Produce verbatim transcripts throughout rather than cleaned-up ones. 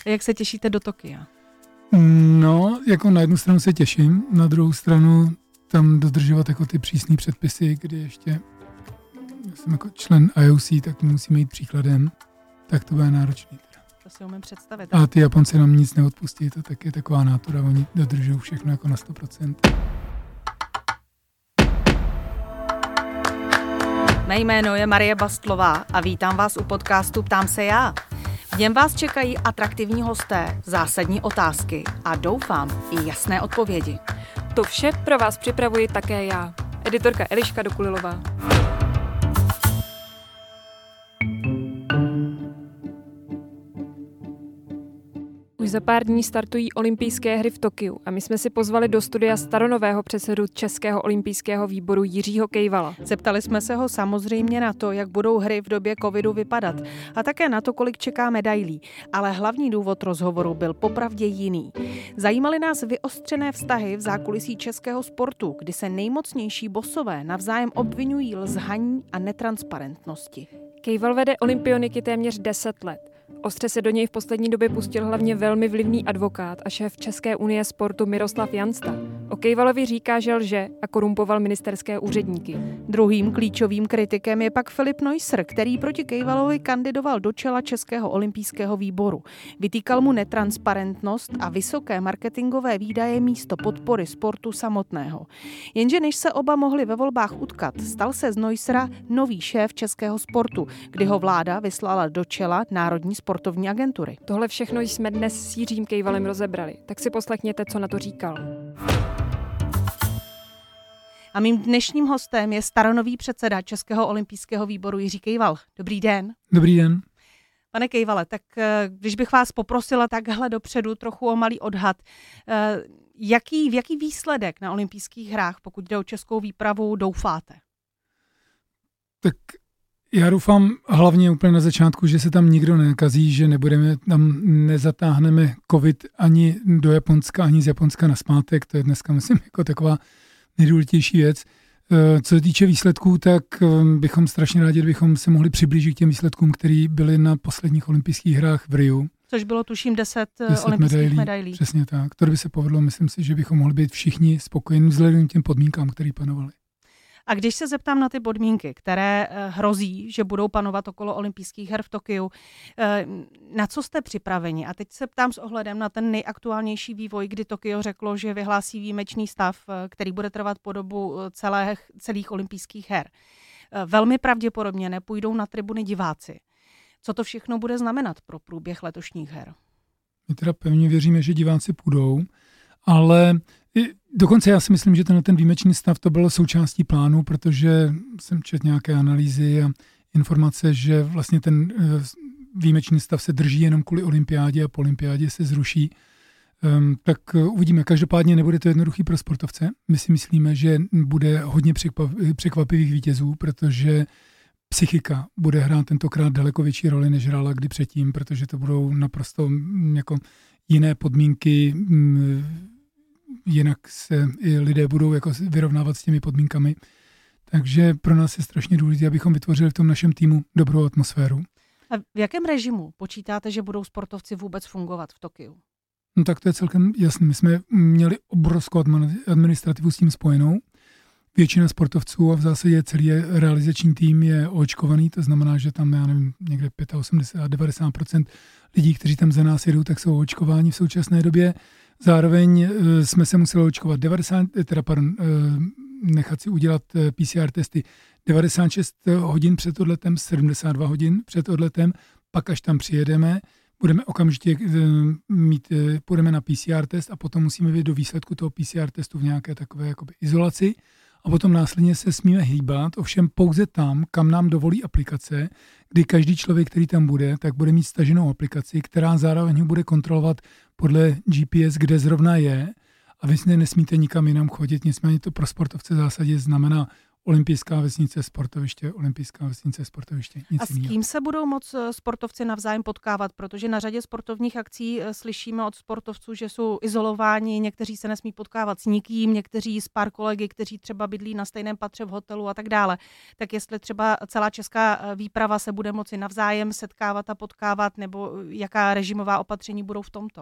Jak se těšíte do Tokia? No, jako na jednu stranu se těším, na druhou stranu tam dodržovat jako ty přísné předpisy, kdy ještě jsem jako člen I O C, tak musíme jít příkladem, tak to bude náročný. To si umím představit. A ty Japonci nám nic neodpustí, to tak je taková nátura, oni dodržují všechno jako na sto procent. Mé jméno je Marie Bastlová a vítám vás u podcastu Ptám se já. V něm vás čekají atraktivní hosté, zásadní otázky a doufám i jasné odpovědi. To vše pro vás připravuji také já, editorka Eliška Dokulilová. Už za pár dní startují olympijské hry v Tokiu a my jsme si pozvali do studia staronového předsedu Českého olympijského výboru Jiřího Kejvala. Zeptali jsme se ho samozřejmě na to, jak budou hry v době covidu vypadat a také na to, kolik čeká medailí. Ale hlavní důvod rozhovoru byl popravdě jiný. Zajímaly nás vyostřené vztahy v zákulisí českého sportu, kdy se nejmocnější bosové navzájem obvinují lhaní a netransparentnosti. Kejval vede olympioniky téměř deset let. Ostře se do něj v poslední době pustil hlavně velmi vlivný advokát a šéf České unie sportu Miroslav Jansta. O Kejvalovi říká, že lže a korumpoval ministerské úředníky. Druhým klíčovým kritikem je pak Filip Neusser, který proti Kejvalovi kandidoval do čela Českého olympijského výboru. Vytýkal mu netransparentnost a vysoké marketingové výdaje místo podpory sportu samotného. Jenže než se oba mohli ve volbách utkat, stal se z Neussera nový šéf českého sportu, kdy ho vláda vyslala do čela Národní sportovní agentury. Tohle všechno jsme dnes s Jiřím Kejvalem rozebrali, tak si poslechněte, co na to říkal. A mým dnešním hostem je staronový předseda Českého olympijského výboru Jiří Kejval. Dobrý den. Dobrý den. Pane Kejvale, tak když bych vás poprosila takhle dopředu trochu o malý odhad, jaký, v jaký výsledek na olympijských hrách, pokud jde o českou výpravu, doufáte? Tak já doufám hlavně úplně na začátku, že se tam nikdo nekazí, že nebudeme tam nezatáhneme covid ani do Japonska, ani z Japonska nazpátek. To je dneska, myslím, jako taková nejdůležitější věc. Co se týče výsledků, tak bychom strašně rádi, kdybychom se mohli přiblížit k těm výsledkům, které byly na posledních olympijských hrách v Riu. Což bylo, tuším, deset, deset olympijských medailí, medailí. Přesně tak. To by se povedlo, myslím si, že bychom mohli být všichni spokojení vzhledem k těm podmínkám, které panovaly. A když se zeptám na ty podmínky, které hrozí, že budou panovat okolo olympijských her v Tokiu, na co jste připraveni? A teď se ptám s ohledem na ten nejaktuálnější vývoj, kdy Tokio řeklo, že vyhlásí výjimečný stav, který bude trvat po dobu celých, celých olympijských her. Velmi pravděpodobně nepůjdou na tribuny diváci. Co to všechno bude znamenat pro průběh letošních her? My teda pevně věříme, že diváci půjdou, ale dokonce já si myslím, že ten, ten výjimečný stav to bylo součástí plánu, protože jsem četl nějaké analýzy a informace, že vlastně ten výjimečný stav se drží jenom kvůli olympiádě a po olympiádě se zruší. Um, tak uvidíme. Každopádně nebude to jednoduchý pro sportovce. My si myslíme, že bude hodně překvapivých vítězů, protože psychika bude hrát tentokrát daleko větší roli, než hrála kdy předtím, protože to budou naprosto jako jiné podmínky, jinak se i lidé budou jako vyrovnávat s těmi podmínkami. Takže pro nás je strašně důležité, abychom vytvořili v tom našem týmu dobrou atmosféru. A v jakém režimu počítáte, že budou sportovci vůbec fungovat v Tokiu? No tak to je celkem jasné. My jsme měli obrovskou administrativu s tím spojenou. Většina sportovců a v zásadě celý realizační tým je oočkovaný, to znamená, že tam, já nevím, někde osmdesát až devadesát procent lidí, kteří tam za nás jedou, tak jsou oočkováni v současné době. Zároveň jsme se museli očkovat devadesát, teda pardon, nechat si udělat P C R testy devadesát šest hodin před odletem, sedmdesát dva hodin před odletem, pak až tam přijedeme, budeme okamžitě mít, půjdeme na P C R test a potom musíme vědět do výsledku toho P C R testu v nějaké takové jakoby izolaci a potom následně se smíme hýbat, ovšem pouze tam, kam nám dovolí aplikace, kdy každý člověk, který tam bude, tak bude mít staženou aplikaci, která zároveň bude kontrolovat podle G P S, kde zrovna je a vy nesmíte nikam jinam chodit, nicméně to pro sportovce v zásadě znamená olympijská vesnice, sportoviště, olympijská vesnice, sportoviště. Nic a s jiného. kým se budou moc sportovci navzájem potkávat? Protože na řadě sportovních akcí slyšíme od sportovců, že jsou izolováni, někteří se nesmí potkávat s nikým, někteří s pár kolegy, kteří třeba bydlí na stejném patře v hotelu a tak dále. Tak jestli třeba celá česká výprava se bude moci navzájem setkávat a potkávat, nebo jaká režimová opatření budou v tomto?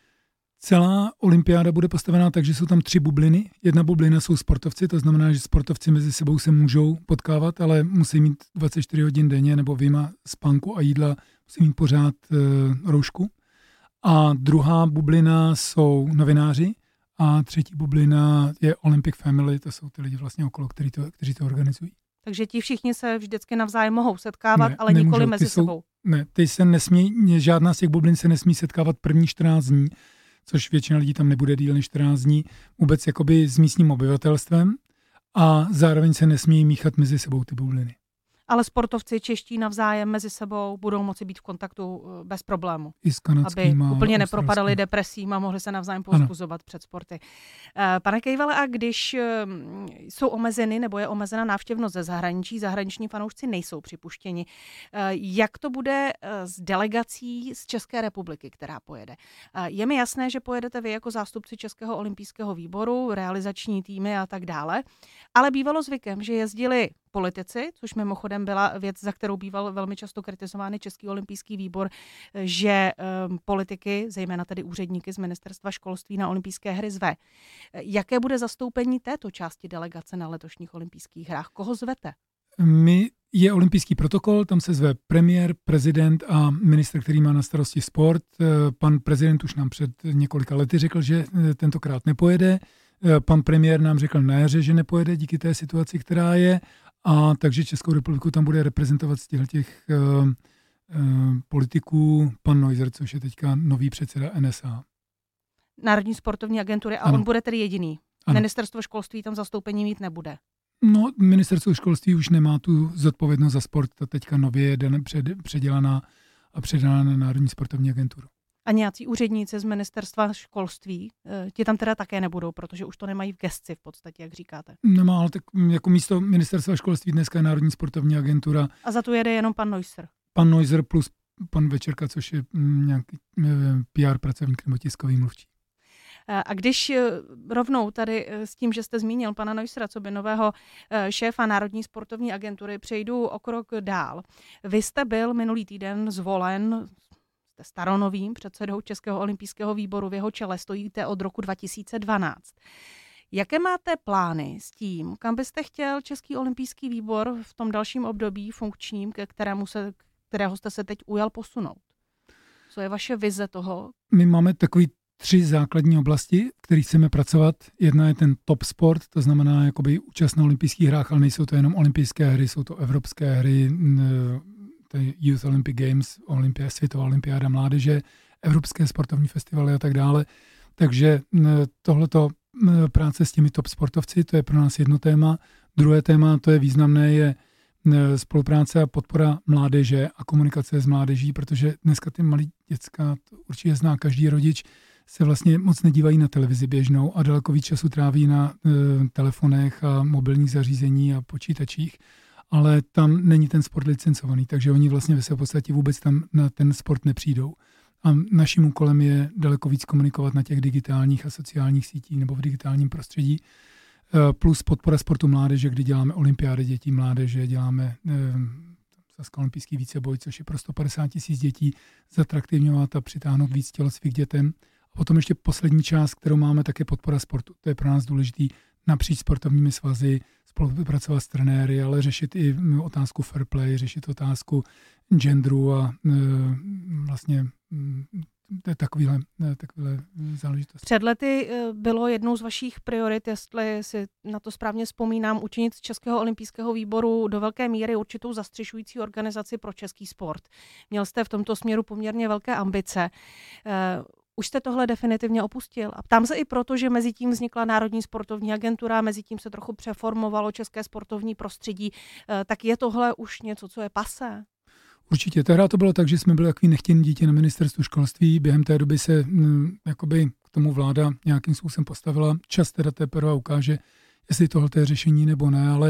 Celá olympiáda bude postavená tak, že jsou tam tři bubliny. Jedna bublina jsou sportovci, to znamená, že sportovci mezi sebou se můžou potkávat, ale musí mít dvacet čtyři hodin denně nebo vyjma spánku a jídla, musí mít pořád e, roušku. A druhá bublina jsou novináři a třetí bublina je Olympic Family, to jsou ty lidi vlastně okolo, kteří to, kteří to organizují. Takže ti všichni se vždycky navzájem mohou setkávat, ne, ale nemůžou, nikoli mezi jsou, sebou. Ne, ty se nesmí, žádná z těch bublin se nesmí setkávat první čtrnáct dní, což většina lidí tam nebude díl než čtrnáct dní, vůbec jakoby s místním obyvatelstvem a zároveň se nesmí míchat mezi sebou ty bubliny. Ale sportovci čeští navzájem mezi sebou budou moci být v kontaktu bez problému. I s kanadskýma, aby úplně nepropadali depresím a mohli se navzájem povzbuzovat před sporty. Pane Kejvale, a když jsou omezeny nebo je omezena návštěvnost ze zahraničí, zahraniční fanoušci nejsou připuštěni, jak to bude s delegací z České republiky, která pojede? Je mi jasné, že pojedete vy jako zástupci Českého olympijského výboru, realizační týmy a tak dále, ale bývalo zvykem, že jezdili politici, což mimochodem byla věc, za kterou býval velmi často kritizovaný Český olympijský výbor, že um, politiky, zejména tedy úředníky z ministerstva školství na olympijské hry zve. Jaké bude zastoupení této části delegace na letošních olympijských hrách? Koho zvete? My je olympijský protokol, tam se zve premiér, prezident a ministr, který má na starosti sport. Pan prezident už nám před několika lety řekl, že tentokrát nepojede. Pan premiér nám řekl na jaře, že nepojede díky té situaci, která je. A takže Českou republiku tam bude reprezentovat z těch uh, uh, politiků pan Neuser, což je teďka nový předseda N S A. Národní sportovní agentury. A ano. On bude tedy jediný. Ano. Ministerstvo školství tam zastoupení mít nebude. No, ministerstvo školství už nemá tu zodpovědnost za sport. Ta teďka nově je před, předělaná a předána na Národní sportovní agenturu. A nějací úředníci z ministerstva školství, ti tam teda také nebudou, protože už to nemají v gesci v podstatě, jak říkáte. Nemá, ale tak jako místo ministerstva školství dneska je Národní sportovní agentura. A za to jede jenom pan Neuser. Pan Neuser plus pan Večerka, což je nějaký P R pracovník nebo tiskový mluvčí. A když rovnou tady s tím, že jste zmínil pana Neusera, co by nového šéfa Národní sportovní agentury, přejdu o krok dál. Vy jste byl minulý týden zvolen jste staronovým předsedou Českého olympijského výboru, v jeho čele stojíte od roku dva tisíce dvanáct. Jaké máte plány s tím, kam byste chtěl Český olympijský výbor v tom dalším období funkčním, ke kterému se, kterého jste se teď ujal, posunout? Co je vaše vize toho? My máme takový tři základní oblasti, v kterých chceme pracovat. Jedna je ten top sport, to znamená jakoby účast na olympijských hrách, ale nejsou to jenom olympijské hry, jsou to evropské hry, Youth Olympic Games, Olympia, Světová olympiáda mládeže, evropské sportovní festivaly a tak dále. Takže tohleto práce s těmi top sportovci, to je pro nás jedno téma. Druhé téma, to je významné, je spolupráce a podpora mládeže a komunikace s mládeží, protože dneska ty malí děcka, to určitě zná každý rodič, se vlastně moc nedívají na televizi běžnou a daleko víc času tráví na e, telefonech a mobilních zařízení a počítačích, ale tam není ten sport licencovaný, takže oni vlastně ve své podstatě vůbec tam na ten sport nepřijdou. A naším úkolem je daleko víc komunikovat na těch digitálních a sociálních sítích nebo v digitálním prostředí, plus podpora sportu mládeže, kdy děláme olympiády dětí mládeže, děláme Saska olympijský víceboj, což je pro sto padesát tisíc dětí zatraktivňovat a přitáhnout víc tělocvik dětem. A potom ještě poslední část, kterou máme, tak je podpora sportu. To je pro nás důležitý napříč sportovními svazy, spolupracovat s trenéry, ale řešit i otázku fair play, řešit otázku genderu a e, vlastně to je takovýhle, takovýhle záležitost. Před lety bylo jednou z vašich priorit, jestli si na to správně vzpomínám, učinit z Českého olympijského výboru do velké míry určitou zastřešující organizaci pro český sport. Měl jste v tomto směru poměrně velké ambice. Už jste tohle definitivně opustil. A ptám se i proto, že mezi tím vznikla Národní sportovní agentura, mezi tím se trochu přeformovalo české sportovní prostředí. Tak je tohle už něco, co je pasé? Určitě. Tehdy to bylo tak, že jsme byli takový nechtěný dítě na ministerstvu školství. Během té doby se m, jakoby k tomu vláda nějakým způsobem postavila. Čas teda teprve ukáže, jestli tohle je řešení nebo ne, ale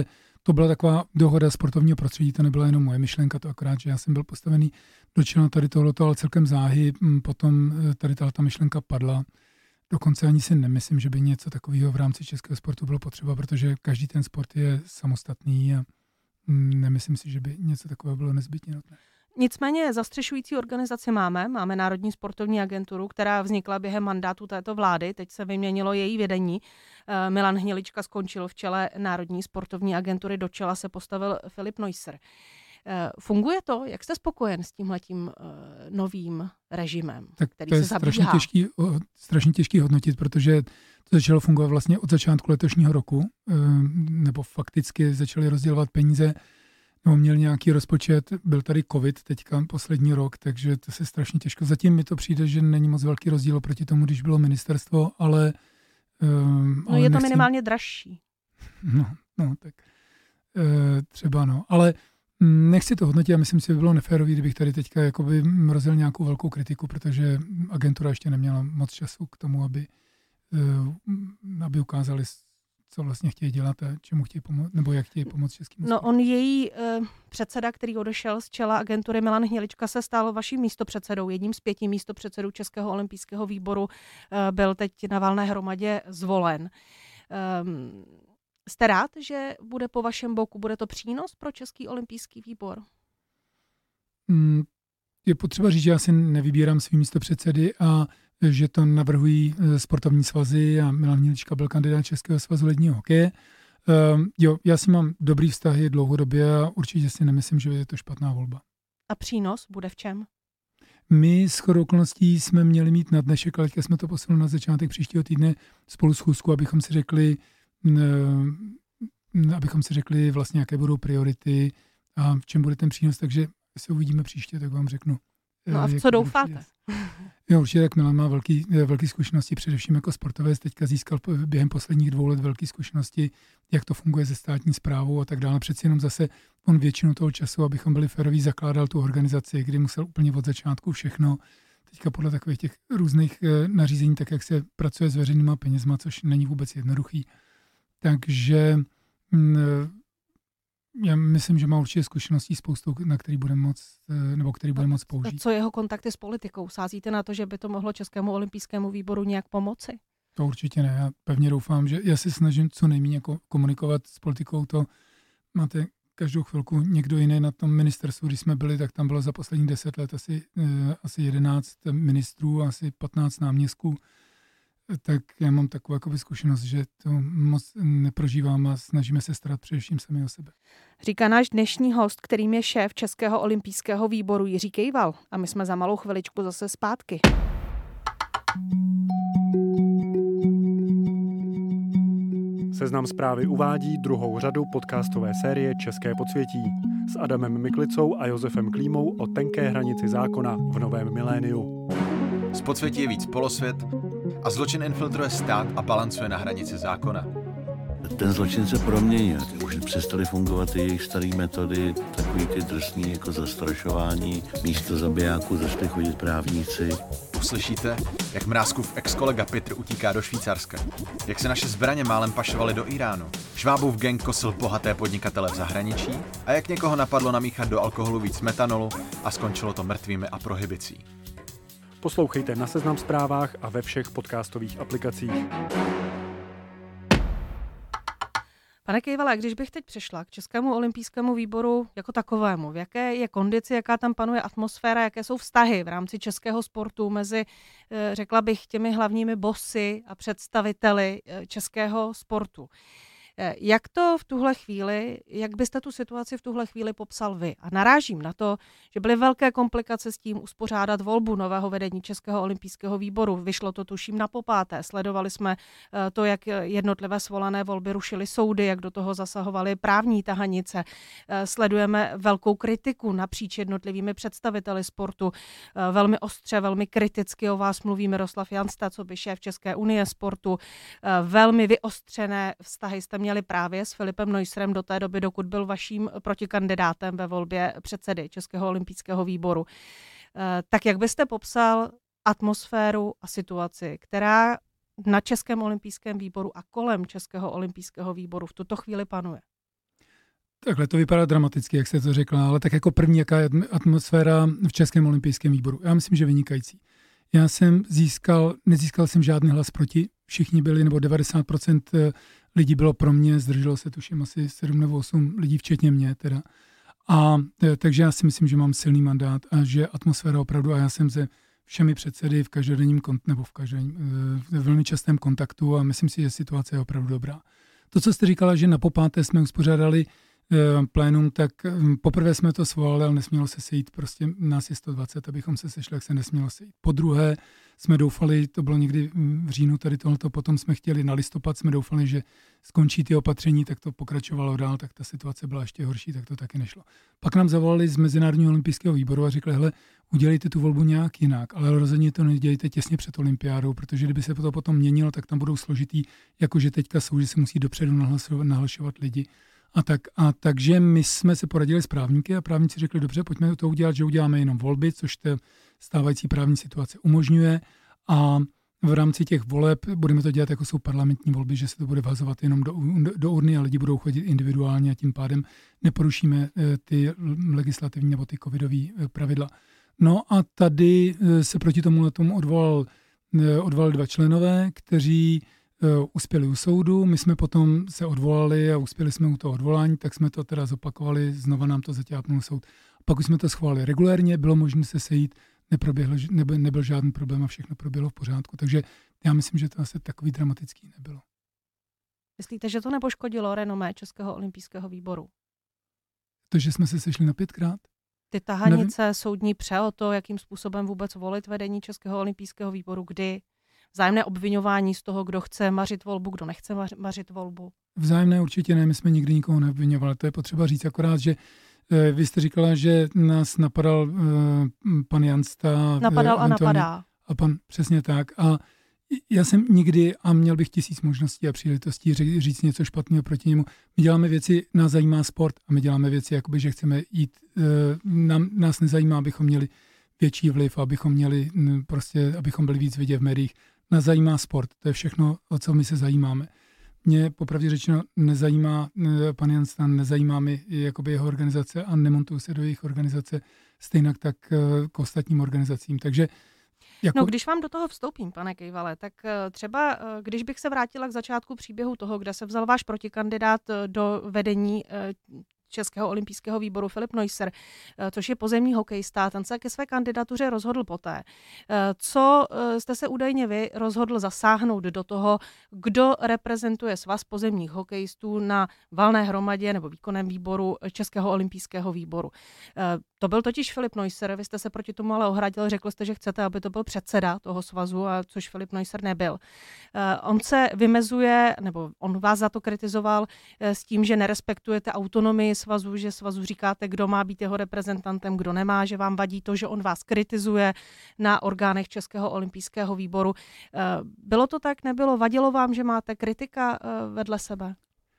to byla taková dohoda sportovního prostředí, to nebyla jenom moje myšlenka, to akorát, že já jsem byl postavený do čela tady tohleto, ale celkem záhy potom tady ta myšlenka padla. Dokonce ani si nemyslím, že by něco takového v rámci českého sportu bylo potřeba, protože každý ten sport je samostatný a nemyslím si, že by něco takového bylo nezbytně nutné. Nicméně zastřešující organizaci máme, máme Národní sportovní agenturu, která vznikla během mandátu této vlády, teď se vyměnilo její vedení. Milan Hnilička skončil v čele Národní sportovní agentury, do čela se postavil Filip Neusser. Funguje to? Jak jste spokojen s tímhletím novým režimem, tak který to je se zabíhá? strašně těžký, strašně těžký hodnotit, protože to začalo fungovat vlastně od začátku letošního roku, nebo fakticky začali rozdělovat peníze, nebo měl nějaký rozpočet, byl tady covid teďka poslední rok, takže to se strašně těžko. Zatím mi to přijde, že není moc velký rozdíl proti tomu, když bylo ministerstvo, ale... No ale je to nechci... minimálně dražší. No, no tak třeba no, ale nechci to hodnotit, já myslím si, že by bylo neférový, kdybych tady teďka jakoby rozjel nějakou velkou kritiku, protože agentura ještě neměla moc času k tomu, aby, aby ukázali, co vlastně chtějí dělat a čemu chtějí pomoct, nebo jak chtějí pomoct českým. No on její uh, předseda, který odešel z čela agentury, Milan Hnilička, se stal vaším místopředsedou, jedním z pěti místopředsedů Českého olympijského výboru, uh, byl teď na valné hromadě zvolen. Um, Jste rád, že bude po vašem boku? Bude to přínos pro Český olympijský výbor? Mm, je potřeba říct, že já si nevybírám svý místopředsedy a že to navrhují sportovní svazy a Milan Hnilička byl kandidát Českého svazu ledního hokeje. Um, jo, já si mám dobrý vztahy dlouhodobě a určitě si nemyslím, že je to špatná volba. A přínos bude v čem? My shodou okolností jsme měli mít na dnešek, ale jsme to posunuli na začátek příštího týdne spolu schůzku, abychom si řekli, abychom si řekli vlastně, jaké budou priority a v čem bude ten přínos, takže se uvidíme příště, tak vám řeknu. No a v co doufáte? Jo, určitě tak Milan má velký, velký zkušenosti, především jako sportovec, teďka získal během posledních dvou let velké zkušenosti, jak to funguje se státní správou a tak dále. Přeci jenom zase on většinu toho času, abychom byli féroví, zakládal tu organizaci, kdy musel úplně od začátku všechno. Teďka podle takových těch různých nařízení, tak jak se pracuje s veřejnýma penězma, což není vůbec jednoduchý. Takže já myslím, že má určitě zkušeností spoustou, na který bude moc, nebo který bude moc použít. A co jeho kontakty s politikou? Sázíte na to, že by to mohlo Českému olympijskému výboru nějak pomoci? To určitě ne. Já pevně doufám, že já se snažím co nejméně jako komunikovat s politikou. To máte každou chvilku někdo jiný na tom ministerstvu. Když jsme byli, tak tam bylo za posledních deset let asi, asi jedenáct ministrů, asi patnáct náměstků. Tak já mám takovou jakoby zkušenost, že to moc neprožívám a snažíme se starat především sami o sebe. Říká náš dnešní host, kterým je šéf Českého olympijského výboru Jiří Kejval. A my jsme za malou chviličku zase zpátky. Seznam Zprávy uvádí druhou řadu podcastové série České podsvětí s Adamem Miklicou a Josefem Klímou o tenké hranici zákona v novém miléniu. Z podsvětí je víc polosvět a zločin infiltruje stát a balancuje na hranici zákona. Ten zločin se proměnil. Už přestaly fungovat ty jejich staré metody, takový ty drsný jako zastrašování. Místo zabijáků začali chodit právníci. Uslyšíte, jak Mrázkův ex-kolega Petr utíká do Švýcarska. Jak se naše zbraně málem pašovaly do Iránu. Švábův gang kosil bohaté podnikatele v zahraničí a jak někoho napadlo namíchat do alkoholu víc metanolu a skončilo to mrtvými a prohibicí. Poslouchejte na Seznam Zprávách a ve všech podcastových aplikacích. Pane Kejvale, když bych teď přešla k Českému olympijskému výboru jako takovému, v jaké je kondici, jaká tam panuje atmosféra, jaké jsou vztahy v rámci českého sportu mezi, řekla bych, těmi hlavními bossy a představiteli českého sportu. Jak to v tuhle chvíli, jak byste tu situaci v tuhle chvíli popsal vy? A narážím na to, že byly velké komplikace s tím uspořádat volbu nového vedení Českého olympijského výboru. Vyšlo to tuším na popáté. Sledovali jsme to, jak jednotlivé svolané volby rušily soudy, jak do toho zasahovaly právní tahanice. Sledujeme velkou kritiku napříč jednotlivými představiteli sportu. Velmi ostře, velmi kriticky o vás mluví Miroslav Jansta, co by šéf České unie sportu. Velmi vyostřené vztahy jste měli právě s Filipem Neusserem do té doby, dokud byl vaším protikandidátem ve volbě předsedy Českého olympijského výboru. Tak jak byste popsal atmosféru a situaci, která na Českém olympijském výboru a kolem Českého olympijského výboru v tuto chvíli panuje? Takhle to vypadá dramaticky, jak jste to řekla, ale tak jako první, jaká je atmosféra v Českém olympijském výboru. Já myslím, že vynikající. Já jsem získal, nezískal jsem žádný hlas proti, všichni byli, nebo devadesát procent lidí bylo pro mě, zdrželo se tuším asi sedm nebo osm lidí, včetně mě teda. A takže já si myslím, že mám silný mandát a že atmosféra opravdu, a já jsem se všemi předsedy v každodenním kont, nebo v každodenním, v velmi častém kontaktu a myslím si, že situace je opravdu dobrá. To, co jste říkala, že na popáté jsme uspořádali plénum, tak poprvé jsme to svolali, ale nesmělo se sejít, prostě nás je sto dvacet, abychom se sešli, jak se nesmělo sejít. Po druhé jsme doufali, to bylo někdy v říjnu tady tohoto, potom jsme chtěli na listopad, jsme doufali, že skončí ty opatření, tak to pokračovalo dál, tak ta situace byla ještě horší, tak to taky nešlo. Pak nám zavolali z Mezinárodního olympijského výboru a řekli, hele, udělejte tu volbu nějak jinak, ale rozhodně to nedělejte těsně před olympiádou, protože kdyby se to potom měnilo, tak tam budou složitý, jakože teďka jsou, že se musí dopředu nahlašovat lidi. A, tak, a takže my jsme se poradili s právníky a právníci řekli, dobře, pojďme to udělat, že uděláme jenom volby, což ta stávající právní situace umožňuje a v rámci těch voleb budeme to dělat, jako jsou parlamentní volby, že se to bude vazovat jenom do, do urny a lidi budou chodit individuálně a tím pádem neporušíme ty legislativní nebo ty covidové pravidla. No a tady se proti tomu tomu odvolal, odvolali dva členové, kteří uspěli u soudu, my jsme potom se odvolali a uspěli jsme u toho odvolání, tak jsme to teda zopakovali, znova nám to zaťápnul soud. Pak už jsme to schválili regulérně, bylo možné se sejít, neproběhlo, nebyl, nebyl žádný problém a všechno proběhlo v pořádku, takže já myslím, že to asi takový dramatický nebylo. Myslíte, že to nepoškodilo renomé Českého olympijského výboru? To, že jsme se sešli na pětkrát? Ty tahanice, Nevím. soudní pře o to, jakým způsobem vůbec volit vedení Českého olympijského výboru, kdy? Vzájemné obviňování z toho, kdo chce mařit volbu, kdo nechce mařit volbu? Vzájemné určitě ne, my jsme nikdy nikoho neobviňovali, to je potřeba říct, akorát, že e, vy jste říkala, že nás napadal e, pan Jansta. Napadal e, a napadá. A pan, přesně tak. A já jsem nikdy, a měl bych tisíc možností a příležitostí říct něco špatného proti němu. My děláme věci, nás zajímá sport a my děláme věci, jakoby, že chceme jít, e, nám, nás nezajímá, abychom měli větší vliv, abychom měli prostě, abychom byli víc vidět v médiích. Nás zajímá sport, to je všechno, o co my se zajímáme. Mě popravdě řečeno nezajímá pan Janstan, nezajímá mi jakoby jeho organizace a nemontuju se do jejich organizace stejnak tak k ostatním organizacím. Takže jako... No, když vám do toho vstoupím, pane Kejvale, tak třeba, když bych se vrátila k začátku příběhu toho, kde se vzal váš protikandidát do vedení Českého olympijského výboru Filip Neusser, což je pozemní hokejista, ten se ke své kandidatuře rozhodl poté. Co jste se údajně vy rozhodl zasáhnout do toho, kdo reprezentuje svaz pozemních hokejistů na valné hromadě nebo výkonném výboru Českého olympijského výboru? To byl totiž Filip Neusser, vy jste se proti tomu ale ohradil, řekl jste, že chcete, aby to byl předseda toho svazu, a což Filip Neusser nebyl. On se vymezuje, nebo on vás za to kritizoval s tím, že nerespektujete autonomii svazu, že svazu říkáte, kdo má být jeho reprezentantem, kdo nemá, že vám vadí to, že on vás kritizuje na orgánech Českého olympijského výboru. Bylo to tak, nebylo? Vadilo vám, že máte kritika vedle sebe?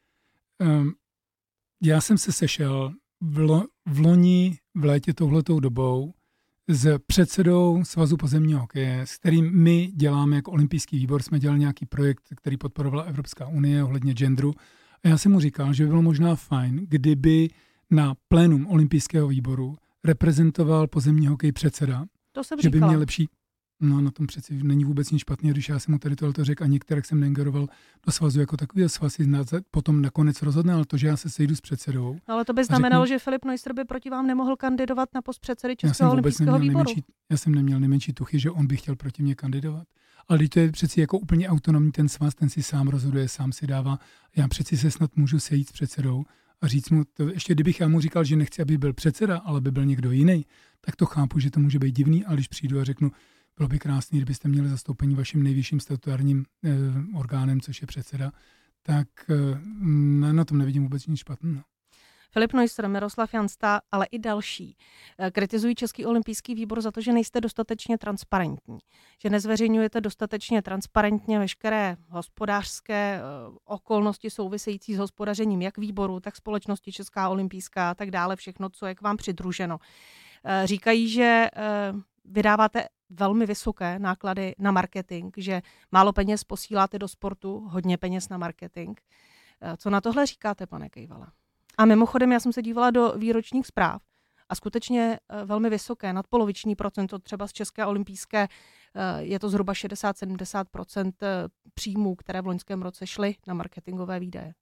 Um, já jsem se sešel v, lo, v loni v létě touhletou dobou s předsedou Svazu pozemního hokeje, s kterým my děláme jako olympijský výbor, jsme dělali nějaký projekt, který podporovala Evropská unie ohledně genderu. A já jsem mu říkal, že by bylo možná fajn, kdyby na plénum olympijského výboru reprezentoval pozemní hokej předseda. To jsem že říkala. by měl lepší. No, na tom přeci není vůbec nic špatného, když já jsem mu tady tohle to řekl a některých jsem neingeroval do svazu jako takový svaz, potom nakonec rozhodne, ale to, že já se sejdu s předsedou. Ale to by znamenalo, řeknu, že Filip Neusser by proti vám nemohl kandidovat na post předsedy Českého olympijského výboru. Nejmenší, já jsem neměl nejmenší tuchy, že on by chtěl proti mě kandidovat. Ale to je přeci jako úplně autonomní ten svaz, ten si sám rozhoduje, sám si dává. Já přeci se snad můžu sejít s předsedou a říct mu, to, ještě kdybych já mu říkal, že nechci, aby byl předseda, ale by byl někdo jiný, tak to chápu, že to může být divný, ale když přijdu a řeknu, bylo by krásný, kdybyste měli zastoupení vaším nejvyšším statutárním eh, orgánem, což je předseda, tak eh, na tom nevidím vůbec nic špatného. Filip Neusser, Miroslav Jansta, ale i další kritizují Český olympijský výbor za to, že nejste dostatečně transparentní, že nezveřejňujete dostatečně transparentně veškeré hospodářské okolnosti související s hospodařením jak výboru, tak společnosti Česká olympijská a tak dále, všechno, co je k vám přidruženo. Říkají, že vydáváte velmi vysoké náklady na marketing, že málo peněz posíláte do sportu, hodně peněz na marketing. Co na tohle říkáte, pane Kejvale? A mimochodem, já jsem se dívala do výročních zpráv a skutečně velmi vysoké, nadpoloviční procento, třeba z České olympijské, je to zhruba šedesát až sedmdesát procent příjmů, které v loňském roce šly na marketingové výdaje.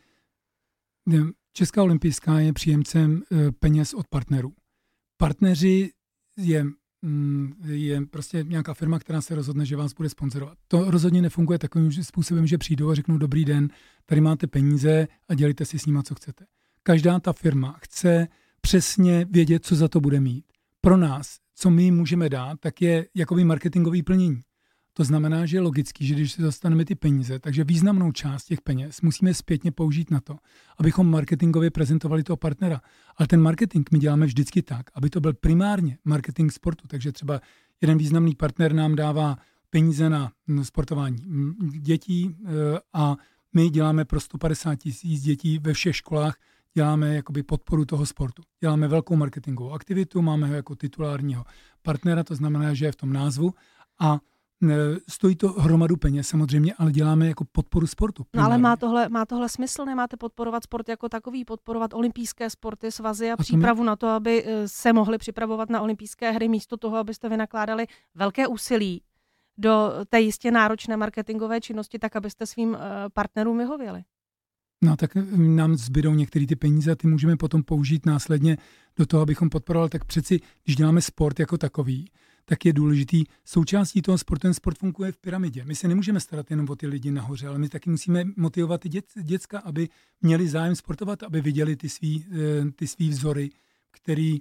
Česká olympijská je příjemcem peněz od partnerů. Partneři je, je prostě nějaká firma, která se rozhodne, že vás bude sponzorovat. To rozhodně nefunguje takovým způsobem, že přijdou a řeknou dobrý den, tady máte peníze a dělíte si s nima, co chcete. Každá ta firma chce přesně vědět, co za to bude mít. Pro nás, co my můžeme dát, tak je jakoby marketingový plnění. To znamená, že je logický, že když si dostaneme ty peníze, takže významnou část těch peněz musíme zpětně použít na to, abychom marketingově prezentovali toho partnera. Ale ten marketing my děláme vždycky tak, aby to byl primárně marketing sportu. Takže třeba jeden významný partner nám dává peníze na sportování dětí a my děláme pro sto padesát tisíc dětí ve všech školách, děláme jakoby podporu toho sportu. Děláme velkou marketingovou aktivitu, máme ho jako titulárního partnera, to znamená, že je v tom názvu a stojí to hromadu peněz samozřejmě, ale děláme jako podporu sportu. No ale má tohle, má tohle smysl? Nemáte podporovat sport jako takový, podporovat olympijské sporty, svazy a, a přípravu my... na to, aby se mohli připravovat na olympijské hry, místo toho, abyste vynakládali velké úsilí do té jistě náročné marketingové činnosti, tak abyste svým partnerům vyhověli. No tak nám zbydou některé ty peníze a ty můžeme potom použít následně do toho, abychom podporovali. Tak přeci, když děláme sport jako takový, tak je důležitý součástí toho sportu. Ten sport funguje v pyramidě. My se nemůžeme starat jenom o ty lidi nahoře, ale my taky musíme motivovat ty dět, děcka, aby měli zájem sportovat, aby viděli ty svý, ty svý vzory, který,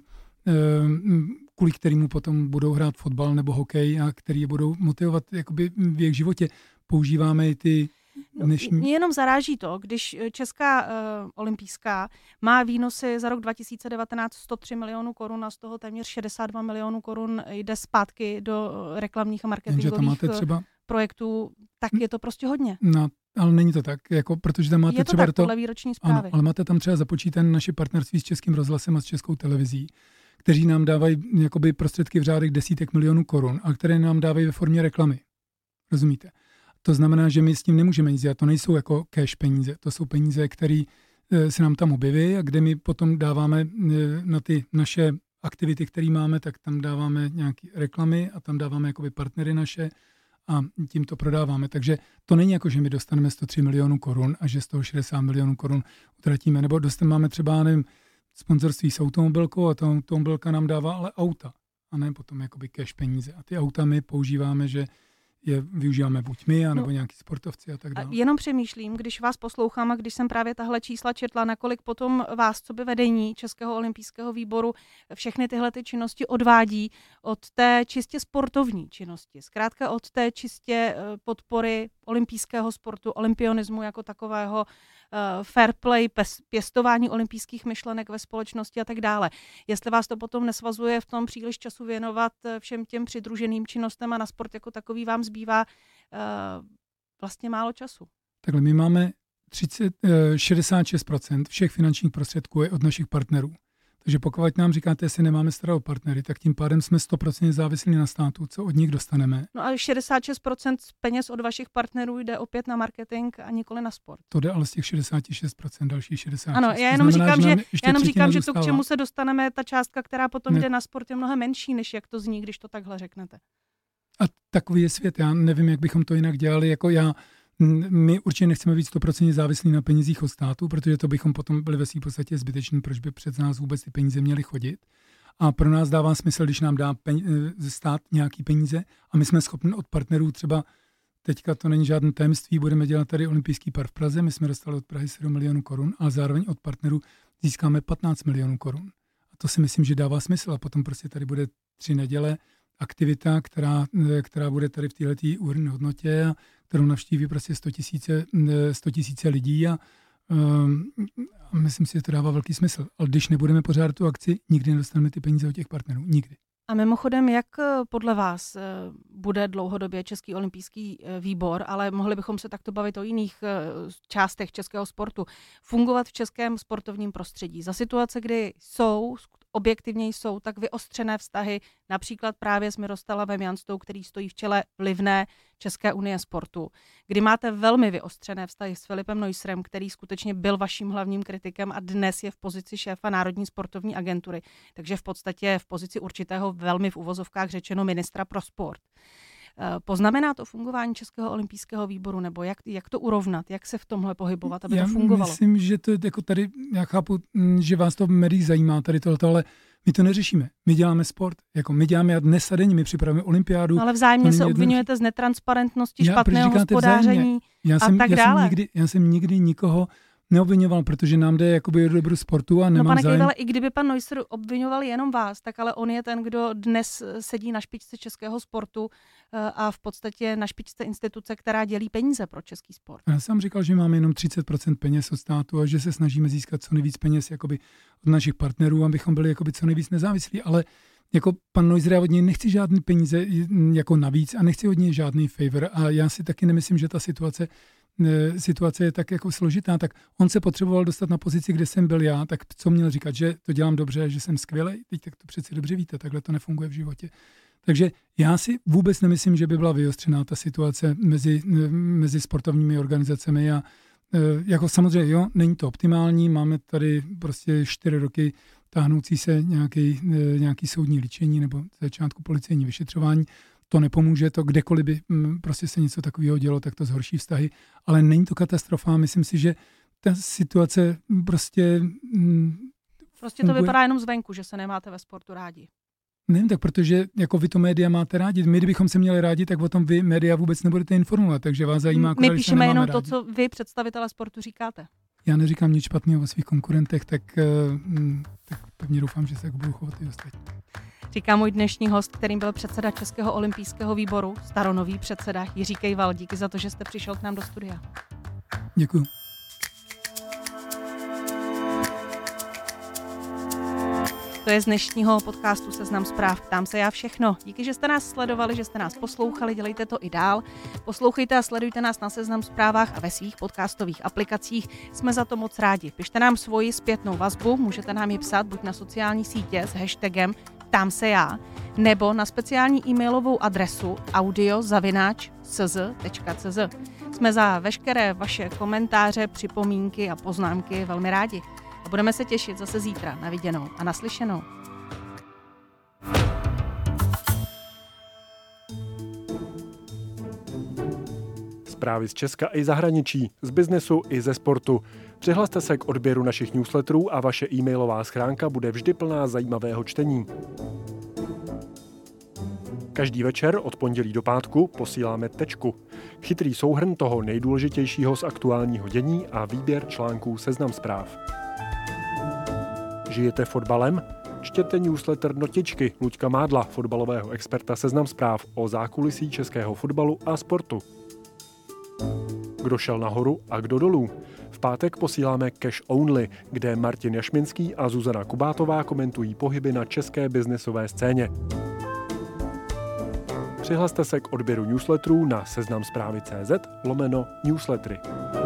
kvůli kterému potom budou hrát fotbal nebo hokej a který je budou motivovat jakoby v jejich životě. Používáme i ty dnešní... Mě jenom zaráží to, když Česká uh, olympijská má výnosy za rok dva tisíce devatenáct sto tři milionů korun a z toho téměř šedesát dva milionů korun jde zpátky do reklamních a marketingových třeba... projektů, tak je to prostě hodně. No, ale není to tak, jako, protože tam máte je to třeba... tak, to... podle výroční zprávy. Ano, ale máte tam třeba započítané naše partnerství s Českým rozhlasem a s Českou televizí, kteří nám dávají jakoby prostředky v řádech desítek milionů korun, a které nám dávají ve formě reklamy. Rozumíte? To znamená, že my s tím nemůžeme nic dělat. To nejsou jako cash peníze. To jsou peníze, které se nám tam objeví a kde my potom dáváme na ty naše aktivity, které máme, tak tam dáváme nějaké reklamy a tam dáváme jakoby partnery naše a tím to prodáváme. Takže to není jako, že my dostaneme sto tři milionů korun a že z toho šedesát milionů korun utratíme. Nebo dostaneme, máme třeba, nevím, sponzorství s automobilkou a ta automobilka nám dává ale auta a ne potom jakoby cash peníze. A ty auta my používáme, že je využíváme buď my, anebo no, nějaký sportovci a tak dále. Jenom přemýšlím, když vás poslouchám a když jsem právě tahle čísla četla, nakolik potom vás, co by vedení Českého olympijského výboru, všechny tyhle ty činnosti odvádí od té čistě sportovní činnosti. Zkrátka od té čistě podpory olympijského sportu, olympionismu jako takového, fair play, pěstování olympijských myšlenek ve společnosti a tak dále. Jestli vás to potom nesvazuje v tom příliš času věnovat všem těm přidruženým činnostem a na sport jako takový vám zbývá uh, vlastně málo času. Takhle, my máme třicet, šedesát šest procent všech finančních prostředků je od našich partnerů. Takže pokud nám říkáte, jestli nemáme starat o partnery, tak tím pádem jsme sto procent závislí na státu, co od nich dostaneme. No a šedesát šest procent peněz od vašich partnerů jde opět na marketing a nikoli na sport. To jde ale z těch šedesát šest procent, dalších šedesát šest procent. Ano, já jenom znamená, říkám, že, že, já jenom říkám že to, k čemu se dostaneme, ta částka, která potom ne. jde na sport, je mnohem menší, než jak to zní, když to takhle řeknete. A takový je svět. Já nevím, jak bychom to jinak dělali. Jako já, my určitě nechceme být sto procent závislí na penězích od státu, protože to bychom potom byli ve své podstatě zbyteční, proč by před nás vůbec ty peníze měly chodit. A pro nás dává smysl, když nám dá peníze, stát nějaký peníze a my jsme schopni od partnerů třeba, teďka to není žádné tajemství, budeme dělat tady olympijský park v Praze, my jsme dostali od Prahy sedm milionů korun, ale zároveň od partnerů získáme patnáct milionů korun. A to si myslím, že dává smysl. A potom prostě tady bude tři neděle aktivita, která, která bude tady v této úhrnné hodnotě a kterou navštíví prostě sto tisíce lidí a, um, a myslím si, že to dává velký smysl. Ale když nebudeme pořádat tu akci, nikdy nedostaneme ty peníze od těch partnerů. Nikdy. A mimochodem, jak podle vás bude dlouhodobě Český olympijský výbor, ale mohli bychom se takto bavit o jiných částech českého sportu, fungovat v českém sportovním prostředí? Za situace, kdy jsou objektivně jsou tak vyostřené vztahy, například právě s Miroslavem Janstou, který stojí v čele vlivné České unie sportu, kdy máte velmi vyostřené vztahy s Filipem Neusserem, který skutečně byl vaším hlavním kritikem a dnes je v pozici šéfa Národní sportovní agentury, takže v podstatě v pozici určitého velmi v uvozovkách řečeno ministra pro sport. Poznamená to fungování Českého olympijského výboru, nebo jak, jak to urovnat, jak se v tomhle pohybovat, aby já to fungovalo? Já myslím, že to jako tady, já chápu, že vás to v médiích zajímá tady tohleto, ale my to neřešíme. My děláme sport. Jako my děláme dnes a denně, my připravujeme olympiádu. No, ale vzájemně se obvinujete jednoduché z netransparentnosti, já, špatného hospodáření já a jsem, tak já dále. Jsem nikdy, já jsem nikdy nikoho neobvinoval, protože nám jde jakoby do dobru sportu a nemám no, pane zájem. Kejvale, i kdyby pan Neusser obvinoval jenom vás, tak ale on je ten, kdo dnes sedí na špičce českého sportu a v podstatě na špičce instituce, která dělí peníze pro český sport. Já jsem říkal, že máme jenom třicet procent peněz od státu a že se snažíme získat co nejvíc peněz jakoby od našich partnerů, abychom byli jakoby co nejvíc nezávislí, ale jako pan Neusser, já od něj nechci žádný peníze jako navíc a nechci od něj žádný favor a já si taky nemyslím, že ta situace situace je tak jako složitá, tak on se potřeboval dostat na pozici, kde jsem byl já, tak co měl říkat, že to dělám dobře, že jsem skvělej, teď tak to přeci dobře víte, takhle to nefunguje v životě. Takže já si vůbec nemyslím, že by byla vyostřená ta situace mezi, mezi sportovními organizacemi a jako samozřejmě, jo, není to optimální, máme tady prostě čtyři roky táhnoucí se nějaký, nějaký soudní líčení nebo začátku policejní vyšetřování. To nepomůže, to kdekoliv by prostě se něco takového dělo, tak to zhorší vztahy, ale není to katastrofa. Myslím si, že ta situace prostě Prostě funguje. To vypadá jenom zvenku, že se nemáte ve sportu rádi. Nevím, tak protože jako vy to média máte rádi. My, kdybychom se měli rádi, tak o tom vy média vůbec nebudete informovat, takže vás zajímá, My píšeme jenom rádi. to, co vy, představitelé sportu, říkáte. Já neříkám nic špatného o svých konkurentech, tak, tak pevně doufám, že se tak budou chovat i ostatní. Říká můj dnešní host, kterým byl předseda Českého olympijského výboru, staronový předseda Jiří Kejval. Díky za to, že jste přišel k nám do studia. Děkuju. To je z dnešního podcastu Seznam zpráv. Ptám se já všechno. Díky, že jste nás sledovali, že jste nás poslouchali, dělejte to i dál. Poslouchejte a sledujte nás na Seznam zprávách a ve svých podcastových aplikacích. Jsme za to moc rádi. Pište nám svoji zpětnou vazbu, můžete nám ji psát buď na sociální sítě s hashtagem Ptám se já, nebo na speciální e-mailovou adresu audio zavináč c z tečka c z. Jsme za veškeré vaše komentáře, připomínky a poznámky velmi rádi. A budeme se těšit zase zítra na viděnou a naslyšenou. Zprávy z Česka i zahraničí, z biznesu i ze sportu. Přihlaste se k odběru našich newsletterů a vaše e-mailová schránka bude vždy plná zajímavého čtení. Každý večer od pondělí do pátku posíláme Tečku. Chytrý souhrn toho nejdůležitějšího z aktuálního dění a výběr článků Seznam zpráv. Žijete fotbalem? Čtěte newsletter Notičky Luďka Mádla, fotbalového experta Seznam zpráv o zákulisí českého fotbalu a sportu. Kdo šel nahoru a kdo dolů? V pátek posíláme Cash Only, kde Martin Jašminský a Zuzana Kubátová komentují pohyby na české biznesové scéně. Přihlaste se k odběru newsletterů na seznamzprávy tečka cé zet lomeno newslettery.